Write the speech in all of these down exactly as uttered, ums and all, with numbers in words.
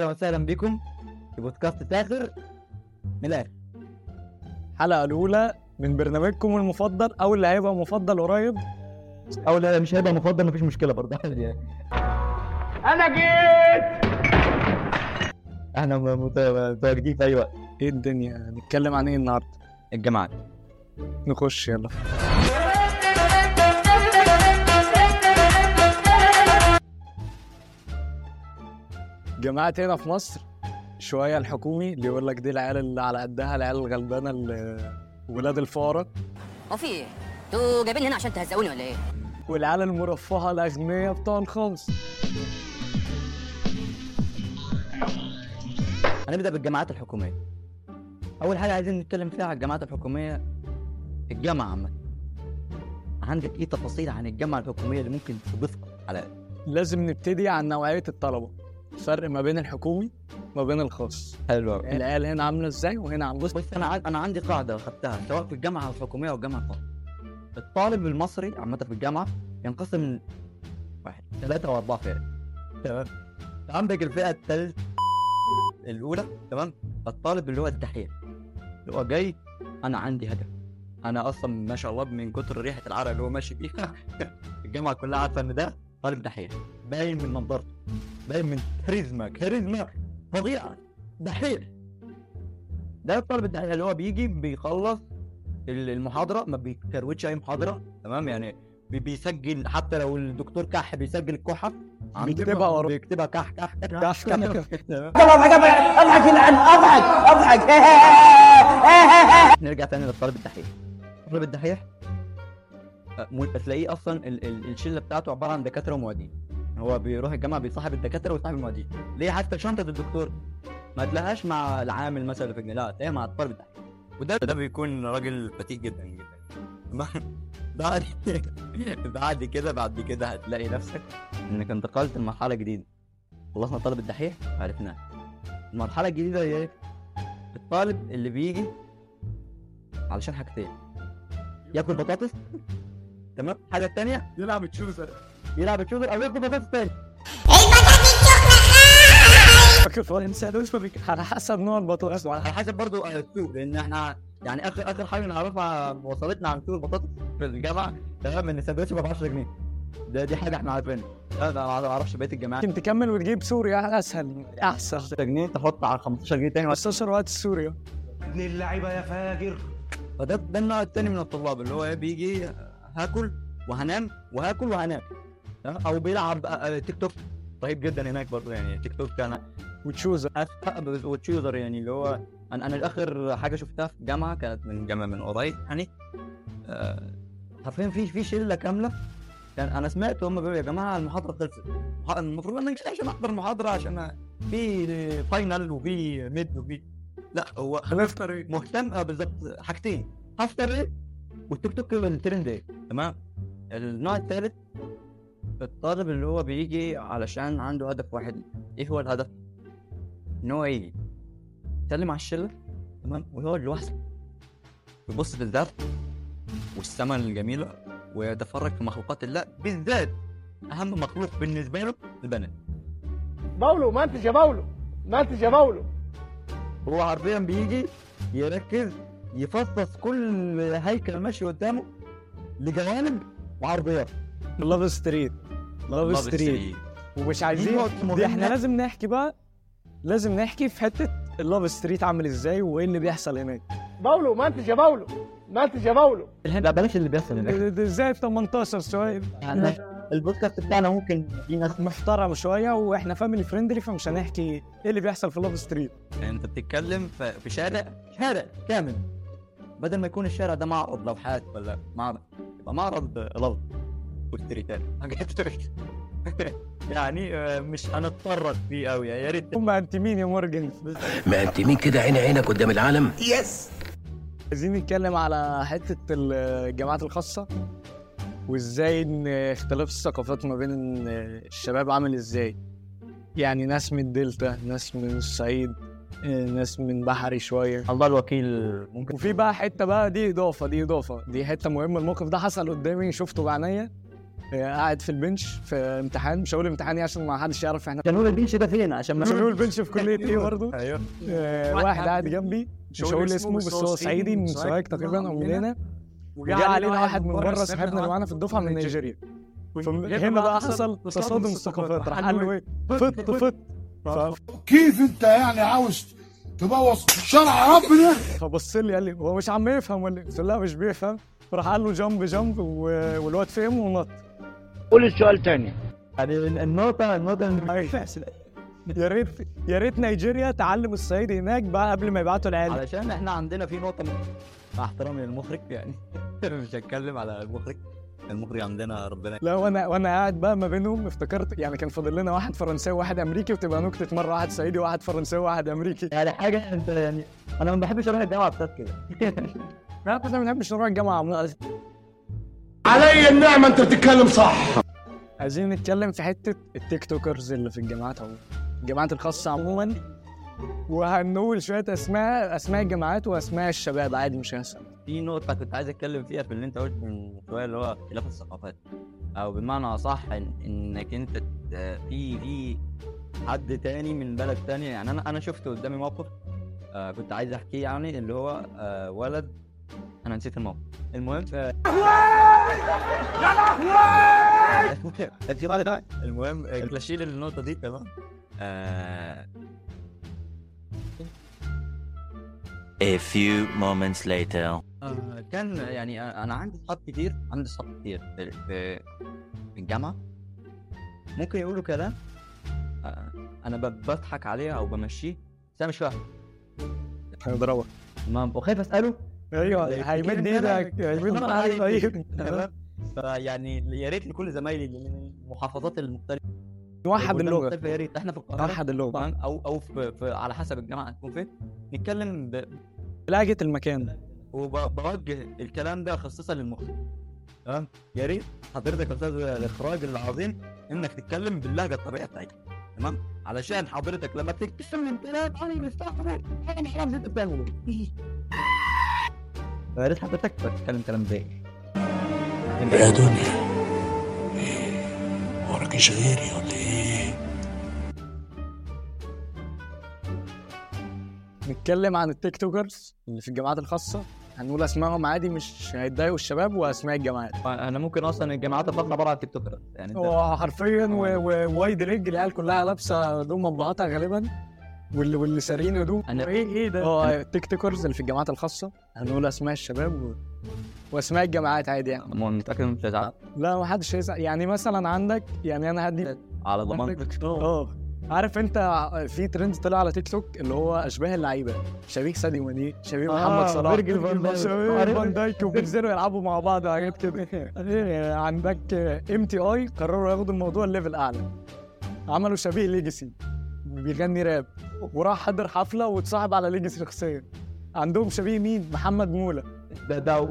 وسهلا بكم في بودكاست ساخر من الآخر. الحلقة الأولى من برنامجكم المفضل أو اللي هيبقى مفضل قريب أو لا مش هيبقى مفضل، مفيش مشكلة برضه. أنا جيت. احنا متواجدين في أي وقت. إيه الدنيا؟ نتكلم عن إيه النهاردة؟ الجامعات. نخش يلا. جامعات هنا في مصر شوية الحكومي اللي يقول لك دي العيال اللي على قدها، العيال الغلبانة اللي ولاد الفقراء. هو في ايه؟ انتوا جايبين هنا عشان تهزقوني ولا ايه؟ والعيال المرفهة الأغنياء بتوع الخالص. هنبدأ بالجامعات الحكومية. أول حاجة عايزين نتكلم فيها على الجامعات الحكومية. الجامعة عامة، عندك إيه تفاصيل عن الجامعة الحكومية اللي ممكن تضيفها على؟ لازم نبتدي عن نوعية الطلبة، فرق ما بين الحكومي ما بين الخاص. حلو. العيال هنا عاملة إزاي وهنا عاملة. بص أنا ع... أنا عندي قاعدة أخذتها سواء في الجامعة الحكومية أو الجامعة الخاصة. الطالب المصري عامة في الجامعة ينقسم من واحد ثلاثة وأربعة فئات. تمام. عندك الفئة الثالث الأولى، تمام. الطالب اللي هو الدحيح اللي هو جاي، أنا عندي هدف. أنا أصلا ما شاء الله من كتر ريحة العرق اللي هو ماشي فيها الجامعة كلها عارفة إن ده طالب دحيح، باين من نظرته، باين من كاريزما كاريزما فظيعة، دحيح. ده الطالب الدحيح اللي هو بيجي بيخلص المحاضرة، ما بيكروتش أي محاضرة، تمام. يعني بيسجل حتى لو الدكتور كح بيسجل الكحة بيكتبها ورا، بيكتبها كح كح كح كح كح. اضحك اضحك الان اضحك اضحك. نرجع تاني للطالب الدحيح. الطالب الدحيح تلاقيه اصلا ال- ال- الشله بتاعته عباره عن دكاتره ومعيدين. هو بيروح الجامعه بيصاحب الدكاتره ويصاحب المعيدين. ليه؟ حتى شنطه الدكتور ما تلاقيهاش مع العامل مثلا في الجامعه، تلاقيها مع الطالب الدحيح. وده ده بيكون راجل فتيق جدا جدا. بعد بعد كده بعد كده هتلاقي نفسك انك انتقلت لمرحله جديده. خلصنا الطالب الدحيح عرفناه. المرحله الجديده هي ايه؟ الطالب اللي بيجي علشان حاجتين: ياكل بطاطس، تمام. الحاجه الثانيه يلعب تشوزر يلعب تشوزر او ياكل بطاطس تاني. فاكر فرنسا دوش بيك على حسب نوع البطاطس على حسب برضو السوق، لان احنا يعني اخر اخر حاجه نعرفها وصلتنا عن سوق البطاطس في الجامعه، تمام، ان السندوتش ب عشرة جنيه. ده دي حاجه احنا عارفينها. لا ما اعرفش بقيه الجامعات. ممكن تكمل وتجيب سوريا اسهل احسن. عشرة جنيه تحط على خمستاشر جنيه تاني. خمستاشر وقت سوريا. ابن اللعيبه يا فاجر. فده ده النوع الثاني من الطلاب اللي هو ايه، بيجي هاكل وهنام وهاكل وهنام، تمام. او بيلعب تيك توك رهيب جدا هناك برضه. يعني تيك توك انا وتشوزر وتشوزر يعني اللي هو انا انا اخر حاجه شفتها في الجامعه كانت من جامعه من قريب يعني. آه حرفيا في في شله كامله. كان انا سمعت هم بيقولوا يا جماعه المحاضره خلصت، المفروض انا مش عشان احضر المحاضره عشان في فاينل وفي ميد وفي لا هو هنفطر ايه مهتم آه بالظبط حاجتين: هفطر ايه والتيك توك الترند ايه، تمام. النوع الثالث الطالب اللي هو بيجي علشان عنده هدف واحد. ايه هو الهدف؟ ان هو يجي يسلم على الشله، تمام، ويقعد لوحده يبص في الذات والسماء الجميله ويتفرج في مخلوقات الله، بالذات اهم مخلوق بالنسبه له البنات. باولو ما انتش يا باولو، ما انتش يا باولو. هو حرفيا بيجي يركز يفصص كل هيكل ماشي قدامه لجوانب وعرضيات. لاف ستريت لاف ستريت. ومش عايزين دي، احنا لازم نحكي بقى، لازم نحكي في حته اللاف ستريت عامل ازاي وايه اللي بيحصل هناك. باولو ما انتش يا باولو، ما انتش يا باولو. لا بلاش اللي بيحصل هناك. ده ازاي تمنتاشر شويه يعني البودكاست بتاعنا ممكن في ناس محترم شويه واحنا فاميلي فريندلي، فمش هنحكي ايه اللي بيحصل في لاف ستريت. انت بتتكلم في شارع شارع كامل، بدل ما يكون الشارع ده معرض لوحات ولا معرض، يبقى معرض لوح وستريتات حاجات يعني مش هنتطرق فيه قوي. يا ريت. هم انت مين يا مورجن؟ ما انت مين كده عيني عينك قدام العالم؟ يس. عايزين نتكلم على حته الجامعات الخاصه وازاي ان اختلاف الثقافات ما بين الشباب عامل ازاي. يعني ناس من الدلتا، ناس من الصعيد، ناس من بحري شويه، الله الوكيل ممكن. وفي بقى حته بقى دي اضافه دي اضافه دي حته مهمه. الموقف ده حصل قدامي، شفته بعينيا. قاعد في البنش في امتحان، مش هقول امتحان يعني عشان ما حدش يعرف احنا كان هو البنش ده فين عشان مش ما هقول البنش في كليه ايه برضه. ايوه آه، واحد قاعد جنبي مش هقول اسمه بس هو صعيدي من سوهاج تقريبا او من هنا، وجاء علينا واحد من بره صاحبنا اللي معانا في الدفعه من نيجيريا. هنا بقى حصل تصادم الثقافات، راح قال له ايه فت فت كيف انت يعني عاوز تبوظ شرع ربنا؟ فبص لي قال لي هو مش عم يفهم ولا؟ قلت له لا مش بيفهم. راح قال له جنب جنب والواد فهم ونط. قول السؤال تاني. يعني النقطه النقطه يا ريت يا ريت نيجيريا تعلم الصعيدي هناك بقى قبل ما يبعتوا العيال، علشان احنا عندنا في نقطه مع احترامي للمخرج يعني مش هتكلم على المخرج، المخرج عندنا ربنا. لا وانا وانا قاعد بقى ما بينهم افتكرت يعني كان فاضل لنا واحد فرنساوي وواحد امريكي، وتبقى نكته مره واحد صعيدي وواحد فرنساوي وواحد امريكي. يعني حاجه انت يعني انا ما بحبش اروح الجامعه بتاعت كده لا احنا ما بنحبش نروح الجامعه. علي النعمه انت بتتكلم صح. عايزين نتكلم في حته التيك توكرز اللي في الجامعات او الجامعات الخاصه عموما، وهنقول شويه اسماء اسماء الجامعات واسماء الشباب عادي مش هسأل. في نقطه كنت عايز اتكلم فيها في اللي انت قلت من شويه اللي هو اختلاف الثقافات، او بمعنى اصح إن انك انت في في حد تاني من بلد تانية. يعني انا انا شفت قدامي موقف آه كنت عايز احكيه يعني اللي هو آه ولد انا نسيت الموقف. المهم آه المهم اشيل النقطه دي تمام. آه A few moments later. آه كان يعني انا عندي اصحاب كتير عندي اصحاب كتير في في الجامعه ممكن يقولوا كلام آه انا بضحك عليه او بمشيه بس انا مش فاهم. هيضربك ما بخاف اساله. ايوه هيمد ايدك هيمد عليك. فيعني يا ريت لكل زمايلي من المحافظات المختلفه نوحد اللغه. يا ريت احنا في القاهره نوحد اللغه او او في, في على حسب الجامعه تكون فين نتكلم بلهجه المكان، وبوجه الكلام ده خصيصا للمخرج. تمام يا ريت حضرتك يا استاذ الاخراج العظيم انك تتكلم باللهجه الطبيعيه بتاعتك تمام، علشان حضرتك لما تتكلم كلام انا مستحمل انا مش عارف انت بتعمل ايه. يا ريت حضرتك تتكلم كلام زي يا دنيا وراكيش غيري ولا ايه؟ نتكلم عن التيك توكرز اللي في الجامعات الخاصه، هنقول اسمائهم عادي مش هيتضايقوا الشباب، واسماء الجامعات. انا ممكن اصلا الجامعات الخاصه عباره عن تيك توكر يعني هو حرفيا ووايد ريج العيال كلها لابسه هدوم مطبوعاتها غالبا، واللي واللي سارقين هدوم. انا ايه ايه ده؟ اه التيك توكرز اللي في الجامعات الخاصه هنقول اسماء الشباب و... واسماء الجامعات عادي يعني. متاكد مش هيزعل؟ لا ما حدش هيزعل. يعني مثلا عندك يعني انا هدي على ضمانتك. اه عارف انت في ترند طلع على تيك توك اللي هو اشباه اللعيبه، شبيه ساديو ماني، شبيه آه محمد صلاح، شبيه فان دايك وبنزلوا يلعبوا مع بعض وحاجات كده. عندك ام تي اي قرروا ياخدوا الموضوع الليفل اعلى، عملوا شبيه ليجاسي بيغني راب وراح حضر حفله واتصاحب على ليجاسي شخصيا. عندهم شبيه مين؟ محمد مولا. ده ده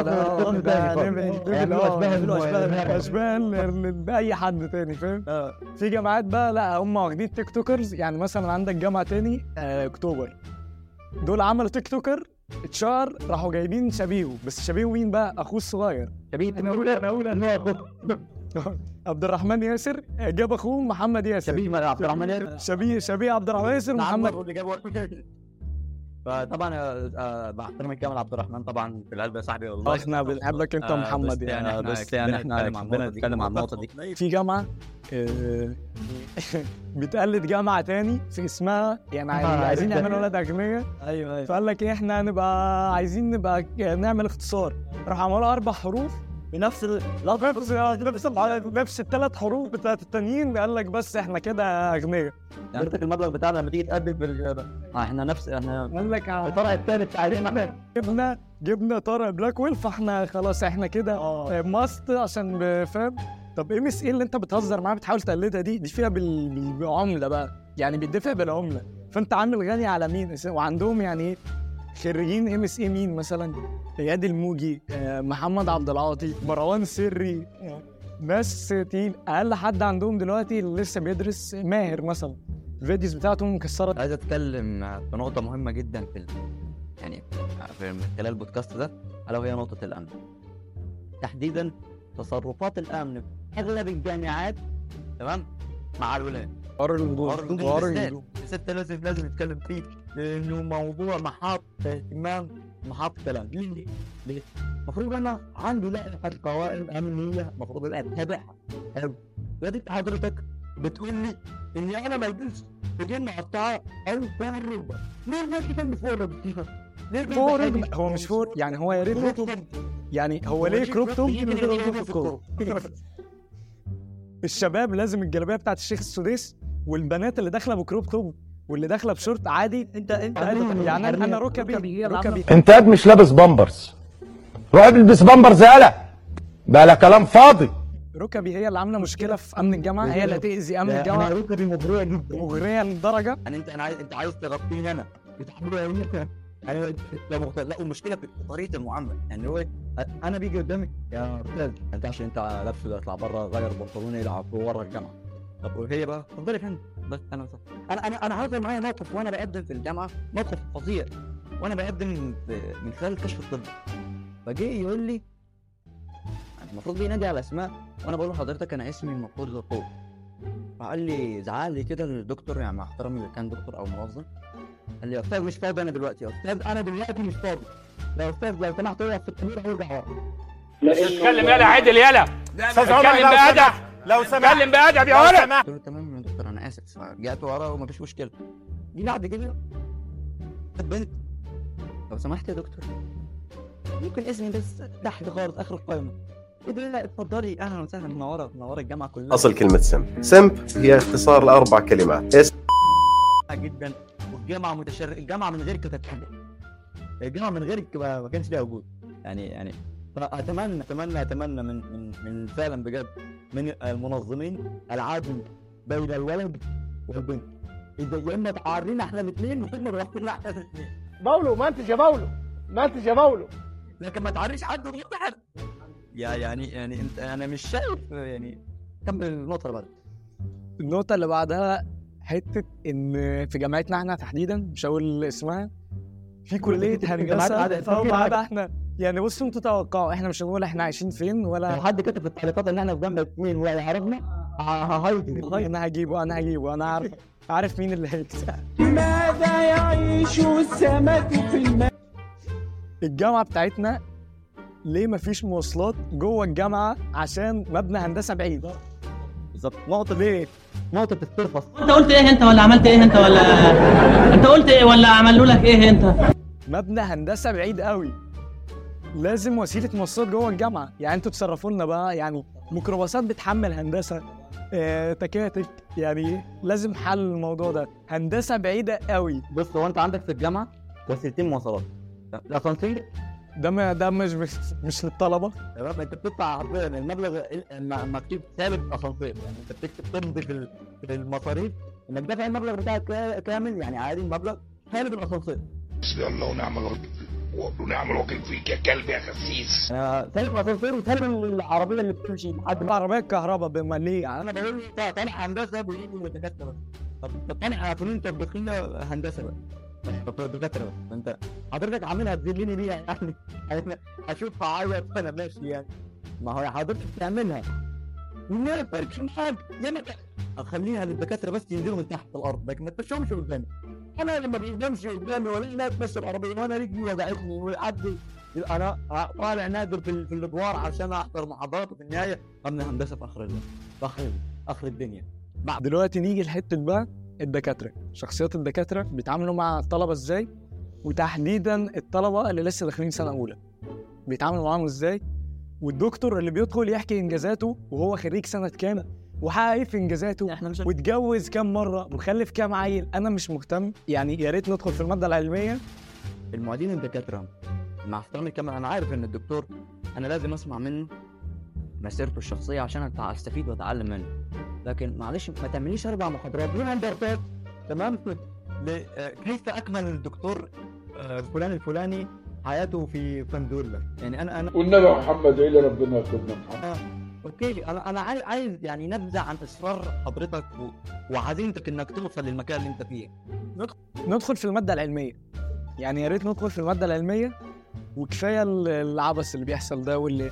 اشباه باي حد تاني فاهم. في جامعات بقى لا هم واخدين تيك توكرز. يعني مثلا عندك جامعه تاني اكتوبر، دول عملوا تيك توكر اتشهر راحوا جايبين شبيهه، بس شبيهه مين بقى؟ اخوه الصغير شبيه مولا مولا ان هو اخوه عبد الرحمن ياسر جاب اخوه محمد ياسر. شبيه عبد الرحمن ياسر شبيه شبيه عبد الرحمن ياسر محمد اللي جابه. فطبعا آه بحترم الكامل عبد الرحمن طبعا في القلب يا صاحبي والله. احنا بنحبك انت ومحمد. يعني بس يعني احنا بنتكلم عن النقطه دي. في جامعه آه بتقلد جامعه تاني في اسمها، يعني عايزين يعملوا ولاد اغنياء. ايوه ايوه فقال لك ايه احنا هنبقى عايزين نبقى نعمل اختصار، راح عملوا اربع حروف بنفس ال... نفس نفس نفس الثلاث حروف بتاعت التانيين. قال لك بس احنا كده اغنياء. حضرتك المبلغ بتاعنا لما تيجي تقدم بال احنا نفس احنا قال لك الفرع الثاني بتاع علينا جبنا جبنا طارق بلاك ويل، فاحنا خلاص احنا كده ماست عشان فاهم. طب ام اس ايه اللي انت بتهزر معاه بتحاول تقلدها دي دي فيها بال... بالعمله بقى، يعني بيدفع بالعمله، فانت عامل غني على مين؟ وعندهم يعني ايه خريجين ام اس اي مين مثلا؟ اياد الموجي، محمد عبد العاطي، مروان سري، ناس تقيل. اقل حد عندهم دلوقتي اللي لسه بيدرس ماهر مثلا، الفيديوز بتاعتهم مكسره. عايز اتكلم في نقطه مهمه جدا في يعني في خلال البودكاست ده، الا وهي نقطه الامن، تحديدا تصرفات الامن اغلب الجامعات تمام مع الولاد. حوار الهدوم حوار الهدوم حوار بالذات الهدوم الست لازم لازم نتكلم فيه، لانه موضوع محط اهتمام محط كلام. ليه؟ ليه؟ المفروض انا عندي لائحه قوائم امنيه المفروض انا اتبعها. حلو. دلوقتي حضرتك بتقول لي اني انا ما البس الجنة بتاع او فيها الركبه. ليه ما كان فوق الركبه؟ ليه فوق رجل؟ هو مش فوق يعني، هو يا ريت كروب. يعني هو ليه كروب توب من غير وظيفة الكروب؟ الشباب لازم الجلابيه بتاعت الشيخ السديس، والبنات اللي داخله بكروب توب واللي داخله بشورت عادي. انت انت يعني انا انا ركبي ركبي انت قاعد مش لابس بامبرز، روح البس بامبرز يالا بقى لا كلام فاضي. ركبي هي اللي عامله مشكله في امن الجامعه، هي اللي هتاذي امن انا الجامعه ركبي مغريه جدا، مغريه لدرجه. يعني انت انا عايز انت عايز تغطيني انا بتحملوا يعني يعني لو مخت... لا المشكله في طريقه المعامله. يعني هو انا بيجي قدامي يا استاذ انت عشان انت لابسه ده اطلع بره غير بنطلوني يلعب ورا الجامعه. طب وهي بقى اتفضلي فين بس انا انا انا انا حصل معايا موقف وانا بقدم في الجامعه، موقف فظيع وانا بقدم من خلال الكشف الطبي. فجاي يقول لي المفروض بينادي على اسماء وانا بقول له حضرتك انا اسمي المفروض زرقوق. فقال لي زعل لي كده الدكتور، يعني مع احترامي اللي كان دكتور او موظف، قال لي يا استاذ مش فاضي انا دلوقتي، يا استاذ انا دلوقتي مش فاضي، لو استاذ لو سمحت اقف في التمرين هرجع ورا. اتكلم يلا عدل يلا اتكلم بأدب، لو سمحت اتكلم بأدب يا ولد. قلت له تمام يا دكتور انا اسف. رجعت ورا ومفيش مشكله. جه بعد كده بنت لو سمحت يا دكتور ممكن اسمي بس تحت خالص اخر القائمه. ايه ده؟ لا اتفضلي اهلا وسهلا منوره منوره الجامعه كلها. اصل كلمه سمب سمب هي اختصار لاربع كلمات اسم جدا. والجامعه متشرف، الجامعه من غيرك كانت حاجه، الجامعه من غيرك ما كانش ليها وجود. يعني يعني فاتمنى اتمنى اتمنى من من من فعلا بجد من المنظمين العدل بين الولد والبنت. اذا يا اما تعارينا احنا الاثنين وثم رحنا احنا الاثنين. باولو ما انتش يا باولو ما انتش يا باولو، لكن ما تعريش حد غير حد. يا يعني يعني انت انا مش شايف يعني. كمل النقطه اللي بعدها. النقطه اللي بعدها حته ان في جامعتنا احنا تحديدا مش هقول اسمها، في كليه هندسه طبعا احنا يعني بصوا انتوا توقعوا، احنا مش هنقول احنا عايشين فين ولا لو حد كتب في التعليقات ان احنا في جامعه مين ولا عرفنا هاي انا هجيبه انا هجيبه انا عارف عارف مين اللي هيكسب. ماذا يعيش السمك في الماء؟ الجامعه بتاعتنا ليه مفيش مواصلات جوه الجامعه؟ عشان مبنى هندسه بعيد. بالظبط. نقطه ليه؟ نقطه السيرفس. انت قلت ايه انت ولا عملت ايه انت ولا انت قلت ايه ولا عملوا لك ايه انت؟ مبنى هندسه بعيد قوي، لازم وسيله مواصلات جوه الجامعه. يعني انتوا تصرفوا لنا بقى، يعني ميكروباصات بتحمل هندسه، اه تكاتك، يعني لازم حل الموضوع ده. هندسه بعيده قوي. بص هو انت عندك في الجامعه وسيلتين مواصلات، الاسانسير ده ما ده مش مش, مش للطلبه تمام. انت بتدفع حرفيا المبلغ مكتوب ثابت اسانسير، يعني انت بتكتب تمضي في في المصاريف انك دافع المبلغ بتاعك كامل، يعني عادي المبلغ ثابت الاسانسير. حسبي الله ونعم الوكيل ونعم الوكيل فيك يا كلب يا خسيس. انا ثابت الاسانسير وثابت العربيه اللي بتمشي لحد العربيه الكهرباء بمليه. يعني انا بقول له طالع هندسه بيجيبوا دكاتره، طب طالع فنون تطبيقيه هندسه بقى طب دكاتره بس. انت حضرتك عاملها تذلني ليه يعني؟ يعني اشوفها عايز انا ماشي يعني، ما هو حضرتك تعملها ما فرقش معاك زي ما اخليها للدكاتره بس ينزلوا من تحت الارض، لكن ما تمشيهمش قدامي. انا لما بيمشي قدامي ولا لا تمشي العربيه وانا رجلي وجعتني وعدي انا طالع نادر في, في الادوار عشان احضر محاضرات، وفي النهايه امن هندسه في اخر اخر اخر الدنيا. دلوقتي نيجي لحته بقى الدكاتره، شخصيات الدكاتره بيتعاملوا مع الطلبه ازاي، وتحديدا الطلبه اللي لسه داخلين سنه اولى بيتعاملوا معاهم ازاي، والدكتور اللي بيدخل يحكي انجازاته وهو خريج سنه كام وحقق ايه في انجازاته واتجوز كام مره وخلف كام عيل. انا مش مهتم، يعني يا ريت ندخل في الماده العلميه. المعيدين الدكاتره مع احترامي كمان، انا عارف ان الدكتور انا لازم اسمع منه مسيرته الشخصيه عشان استفيد واتعلم منه، لكن معلش ما تعمليش اربع محاضرات بدون هندرتات تمام كيف اكمل الدكتور الفلاني الفلاني حياته في فندولا. يعني انا انا والنبي محمد عيلة ربنا يكرمك. آه. اوكي انا انا عايز عايز يعني نبذه عن اصرار حضرتك و... وعزيمتك انك توصل للمكان اللي انت فيه. ندخل, ندخل في الماده العلميه، يعني يا ريت ندخل في الماده العلميه، وكفايه العبث اللي بيحصل ده واللي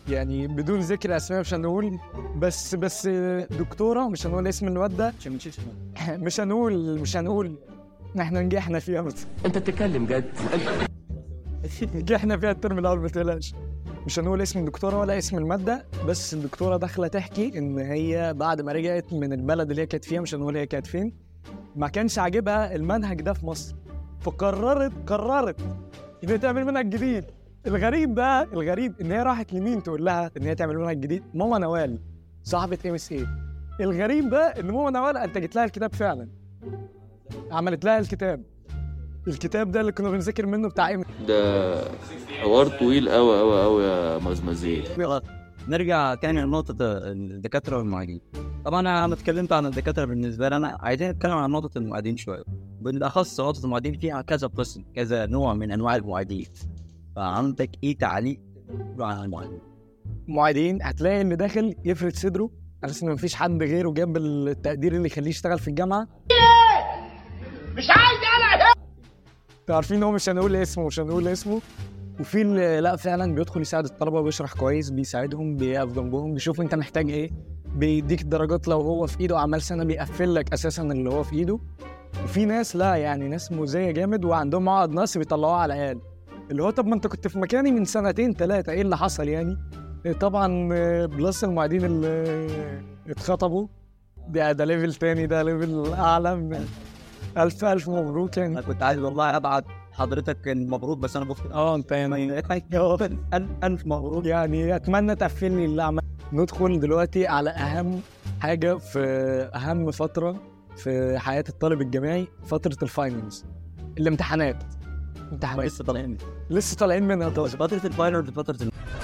يعني بدون ذكر اسماء مش هنقول، بس بس دكتوره مش هنقول اسم الماده، مش هنقول مش هنقول احنا نجحنا فيها بس انت بتتكلم جد؟ نجحنا فيها الترم الاول ما تقلقش. مش هنقول اسم الدكتوره ولا اسم الماده، بس الدكتوره داخله تحكي ان هي بعد ما رجعت من البلد اللي هي كانت فيها، مش هنقول هي كانت فين، ما كانش عاجبها المنهج ده في مصر، فقررت قررت ان هي تعمل منهج جديد. الغريب بقى الغريب ان هي راحت لمين تقول لها ان هي تعمل منهج جديد؟ ماما نوال صاحبه ام اس اي. الغريب بقى ان ماما نوال انتجت لها الكتاب فعلا، عملت لها الكتاب الكتاب ده اللي كنا بنذاكر منه بتاع ام. ده حوار طويل قوي قوي قوي يا مزمزيل. نرجع تاني لنقطة الدكاترة والمعيدين. طبعا أنا اتكلمت عن الدكاترة، بالنسبة لي أنا عايزين نتكلم عن نقطة المعيدين شوية، بالأخص نقطة المعيدين فيها كذا قسم، كذا نوع من أنواع المعيدين. فعندك إيه تعليق عن المعيدين؟ معيدين هتلاقي اللي داخل يفرد صدره على أساس إن مفيش حد غيره جاب التقدير اللي يخليه يشتغل في الجامعة. مش عايز أنا عارفين هو مش هنقول اسمه مش هنقول اسمه وفي اللي لا فعلا بيدخل يساعد الطلبه وبيشرح كويس، بيساعدهم، بيقف جنبهم، بيشوف انت محتاج ايه، بيديك الدرجات لو هو في ايده اعمال سنه بيقفل لك اساسا اللي هو في ايده. وفي ناس لا يعني ناس مزيه جامد وعندهم عقد نصب بيطلعوها على العيال، اللي هو طب ما انت كنت في مكاني من سنتين ثلاثه ايه اللي حصل يعني. طبعا بلس المعيدين اللي اتخطبوا ده ده ليفل تاني، ده ليفل اعلى. الف الف مبروك يعني. انا كنت عايز والله ابعت حضرتك المبروك بس انا بفكر اه انت يعني الف مبروك يعني. اتمنى تقفلني اللي عمل. ندخل دلوقتي على اهم حاجه في اهم فتره في حياه الطالب الجامعي، فتره الفاينلز، الامتحانات. امتحانات لسه طالعين لسه طالعين منها. فتره الفاينلز فتره